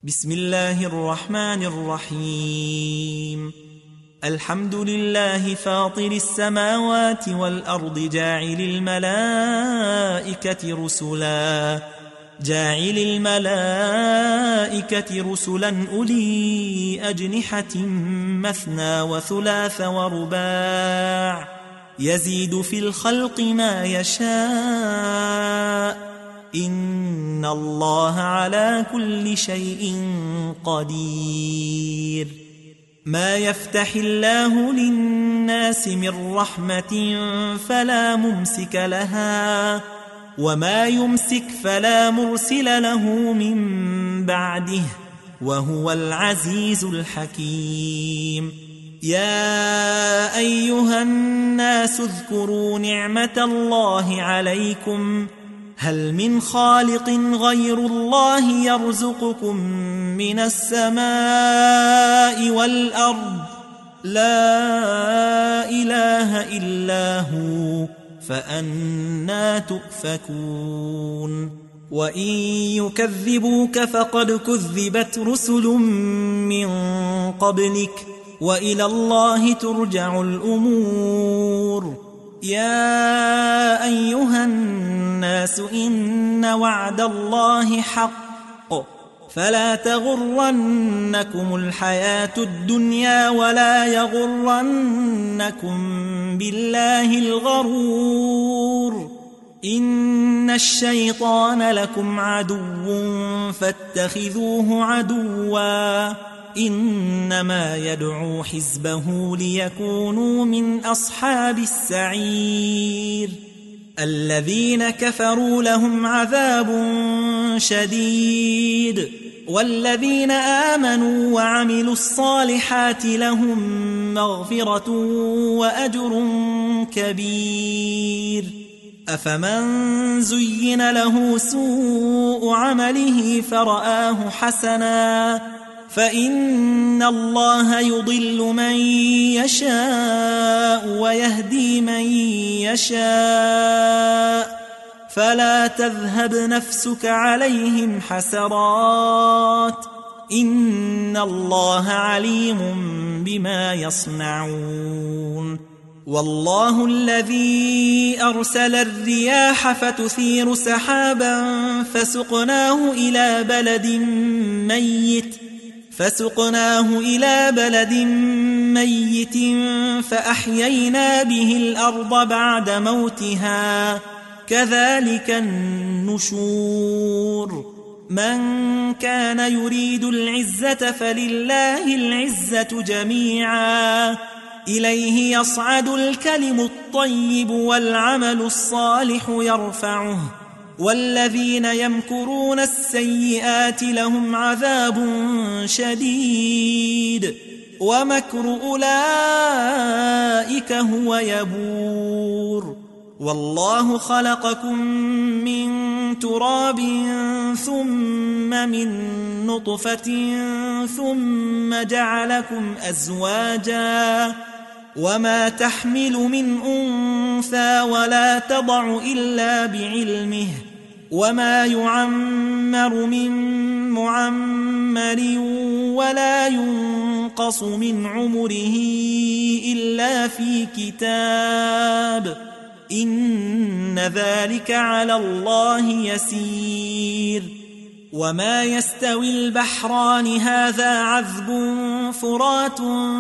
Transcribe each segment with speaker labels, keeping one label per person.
Speaker 1: بسم الله الرحمن الرحيم. الحمد لله فاطر السماوات والأرض جاعل الملائكة رسلا أولي أجنحة مثنى وثلاث ورباع يزيد في الخلق ما يشاء إن الله على كل شيء قدير. ما يفتح الله للناس من رحمة فلا ممسك لها وما يمسك فلا مرسل له من بعده وهو العزيز الحكيم. يا أيها الناس اذكروا نعمة الله عليكم هل من خالق غير الله يرزقكم من السماء والأرض لا إله إلا هو فأنى تؤفكون. وإن يكذبوك فقد كذبت رسل من قبلك وإلى الله ترجع الأمور. يا أيها الناس إن وعد الله حق فلا تغرنكم الحياة الدنيا ولا يغرنكم بالله الغرور. إن الشيطان لكم عدو فاتخذوه عدوا إنما يدعو حزبه ليكونوا من أصحاب السعير. الذين كفروا لهم عذاب شديد والذين آمنوا وعملوا الصالحات لهم مغفرة وأجر كبير. أفمن زين له سوء عمله فرآه حسنا فإن الله يضل من يشاء ويهدي من يشاء فلا تذهب نفسك عليهم حسرات إن الله عليم بما يصنعون. والله الذي أرسل الرياح فتثير سحابا فسقناه إلى بلد ميت فأحيينا به الأرض بعد موتها كذلك النشور. من كان يريد العزة فلله العزة جميعا إليه يصعد الكلم الطيب والعمل الصالح يرفعه والذين يمكرون السيئات لهم عذاب شديد ومكر أولئك هو يبور. والله خلقكم من تراب ثم من نطفة ثم جعلكم أزواجا وما تحمل من أنثى ولا تضع إلا بعلمه وما يعمر من معمر ولا ينقص من عمره إلا في كتاب إن ذلك على الله يسير. وما يستوي البحران هذا عذب فرات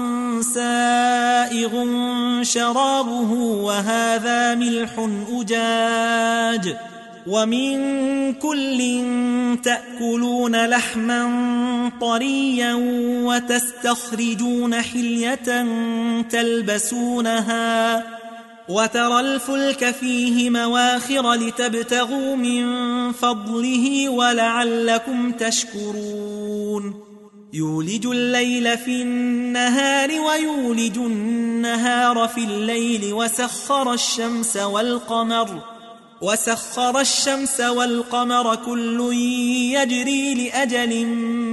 Speaker 1: سائغ شرابه وهذا ملح أجاج ومن كل تأكلون لحما طريا وتستخرجون حلية تلبسونها وترى الفلك فيه مواخر لتبتغوا من فضله ولعلكم تشكرون. يولج الليل في النهار ويولج النهار في الليل وسخر الشمس والقمر كل يجري لأجل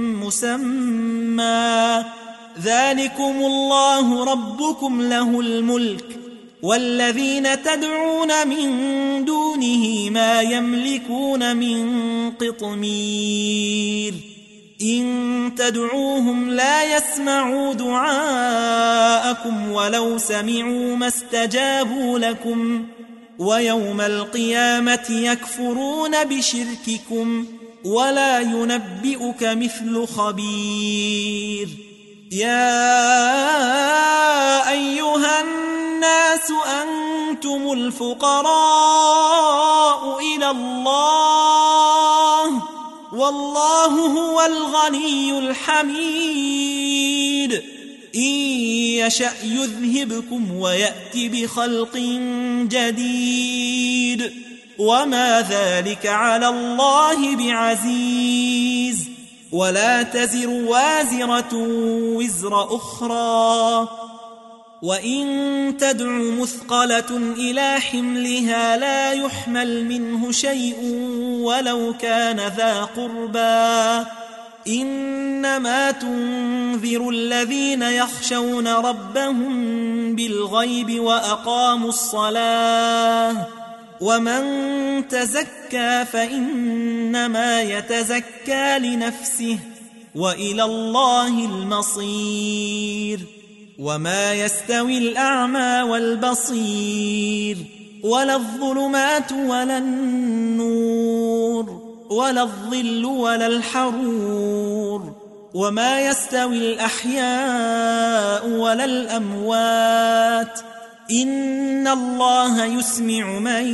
Speaker 1: مسمى ذلكم الله ربكم له الملك والذين تدعون من دونه ما يملكون من قطمير إن تدعوهم لا يسمعوا دعاءكم ولو سمعوا ما استجابوا لكم ويوم القيامة يكفرون بشرككم ولا ينبئك مثل خبير. يا أيها الناس أنتم الفقراء إلى الله والله هو الغني الحميد. إن يشأ يذهبكم ويأت بخلق جديد وما ذلك على الله بعزيز. ولا تزر وازرة وزر أخرى وإن تدع مثقلة إلى حملها لا يحمل منه شيء ولو كان ذا قربى إنما تنذر الذين يخشون ربهم بالغيب وأقاموا الصلاة ومن تزكى فإنما يتزكى لنفسه وإلى الله المصير. وما يستوي الأعمى والبصير ولا الظلمات ولا النور ولا الظل ولا الحرور وما يستوي الأحياء ولا الأموات إن الله يسمع من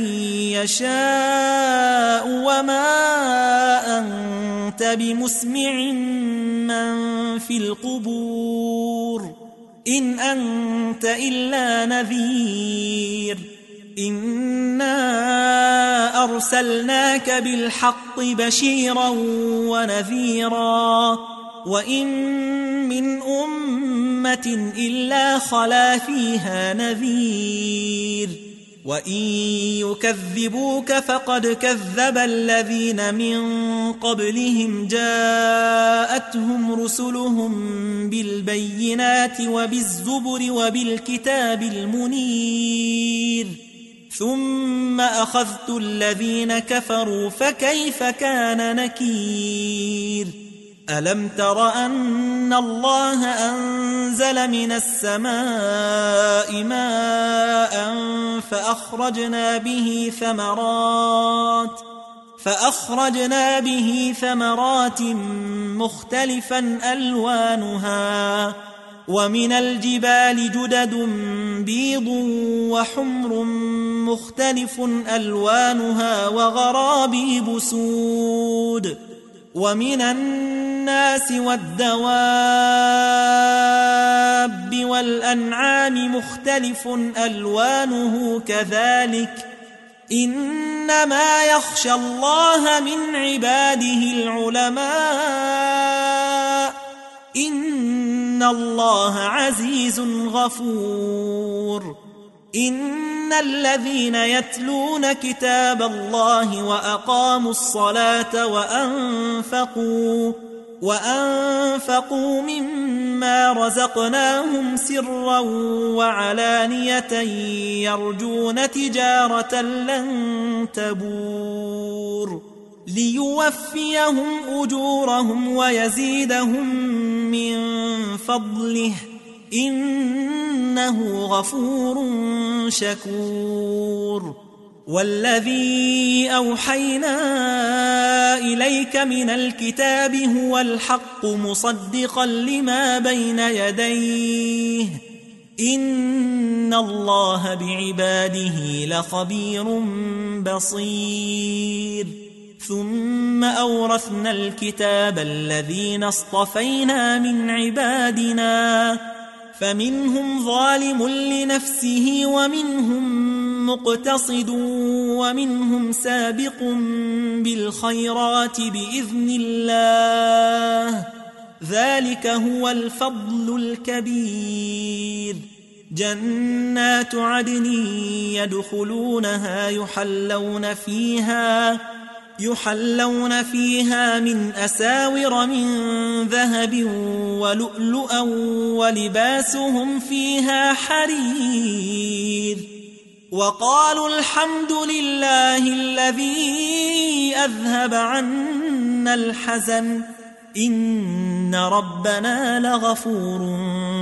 Speaker 1: يشاء وما أنت بمسمع من في القبور إن أنت إلا نذير. إنا أرسلناك بالحق بشيرا ونذيرا وإن من أمة إلا خلا فيها نذير وإن يكذبوك فقد كذب الذين من قبلهم جاءتهم رسلهم بالبينات وبالزبر وبالكتاب المنير ثم أخذت الذين كفروا فكيف كان نكير. ألم تر أن الله أنزل من السماء ماء فأخرجنا به ثمرات مختلفا ألوانها ومن الجبال جدد بيض وحمر مختلف ألوانها وغرابيب سود ومن الناس والدواب والأنعام مختلف ألوانه كذلك إنما يخشى الله من عباده العلماء إن الله عزيز غفور. إن الذين يتلون كتاب الله وأقاموا الصلاة وأنفقوا مما رزقناهم سرا وعلانية يرجون تجارة لن تبور ليوفيهم أجورهم ويزيدهم من فضله إنه غفور شكور. والذي أوحينا إليك من الكتاب هو الحق مصدقا لما بين يديه إن الله بعباده لخبير بصير. ثم أورثنا الكتاب الذين اصطفينا من عبادنا فمنهم ظالم لنفسه ومنهم مقتصد ومنهم سابق بالخيرات بإذن الله ذلك هو الفضل الكبير. جنات عدن يدخلونها يحلون فيها من أساور من ذهب ولؤلؤا ولباسهم فيها حرير. وقالوا الحمد لله الذي أذهب عنا الحزن إن ربنا لغفور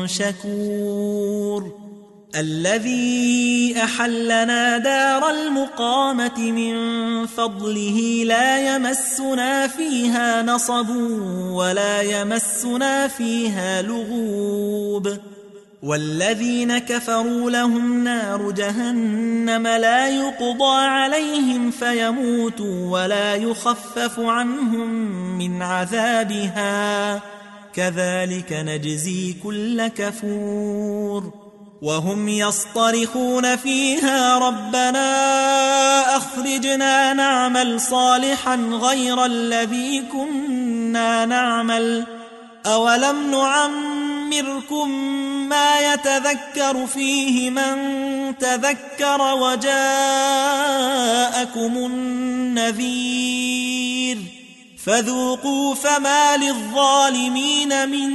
Speaker 1: شكور الذي أحلنا دار المقامة من فضله لا يمسنا فيها نصب ولا يمسنا فيها لغوب والذين كفروا لهم نار جهنم لا يقضى عليهم فيموتوا ولا يخفف عنهم من عذابها كذلك نجزي كل كفور وهم يصطرخون فيها ربنا أخرجنا نعمل صالحا غير الذي كنا نعمل أولم نعمركم ما يتذكر فيه من تذكر وجاءكم النذير فذوقوا فما للظالمين من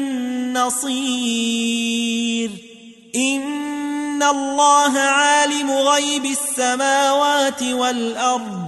Speaker 1: نصير إن الله عالم غيب السماوات والأرض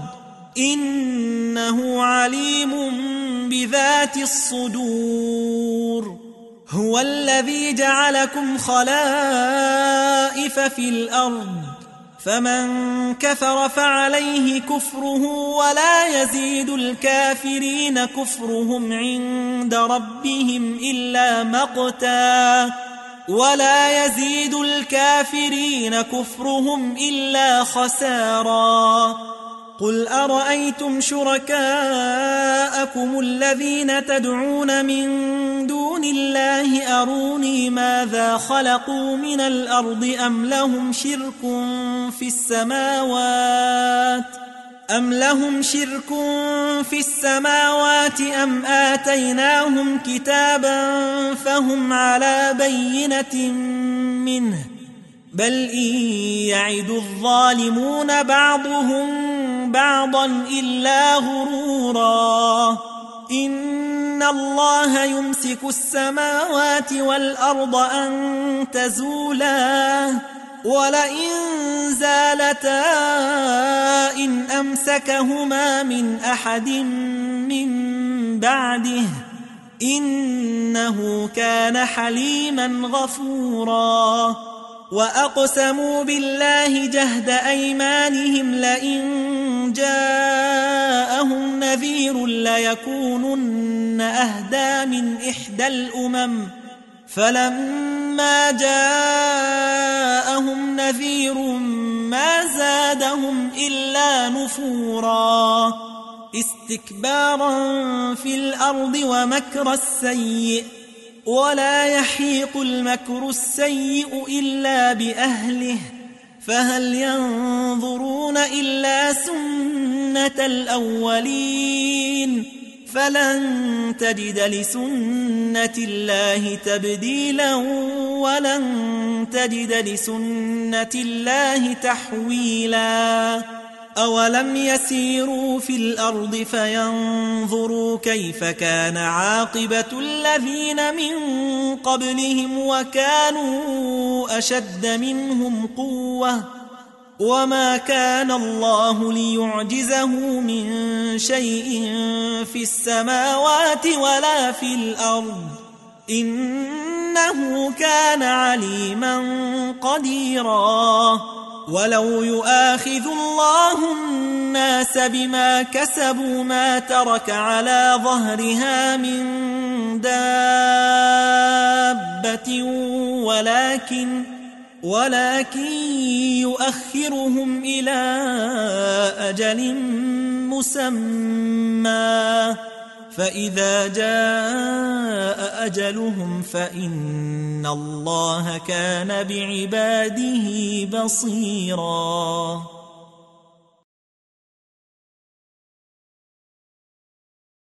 Speaker 1: إنه عليم بذات الصدور هو الذي جعلكم خلائف في الأرض فمن كفر فعليه كفره ولا يزيد الكافرين كفرهم عند ربهم إلا مقتا ولا يزيد الكافرين كفرهم إلا خسارا قل أرأيتم شركاءكم الذين تدعون من دون الله أروني ماذا خلقوا من الأرض أم لهم شرك في السماوات أم آتيناهم كتابا فهم على بينة منه بل إن يعد الظالمون بعضهم بعضا إلا غرورا إن الله يمسك السماوات والأرض أن تزولا ولئن زالتا إن أمسكهما من أحد من بعده إنه كان حليما غفورا وأقسموا بالله جهد أيمانهم لئن جاءهم نذير ليكونن أهدى من إحدى الأمم فلما جاءهم نذير ما زادهم إلا نفورا استكبارا في الأرض ومكر السيء ولا يحيق المكر السيء إلا بأهله فهل ينظرون إلا سنة الأولين فلن تجد لسنة الله تبديلا ولن تجد لسنة الله تحويلا أولم يسيروا في الأرض فينظروا كيف كان عاقبة الذين من قبلهم وكانوا أشد منهم قوة وما كان الله ليعجزه من شيء في السماوات ولا في الأرض إنه كان عليما قديرا ولو يؤاخذ الله الناس بما كسبوا ما ترك على ظهرها من دابة ولكن يؤخرهم إلى أجل مسمى فإذا جاء أجلهم فإن الله كان بعباده بصيراً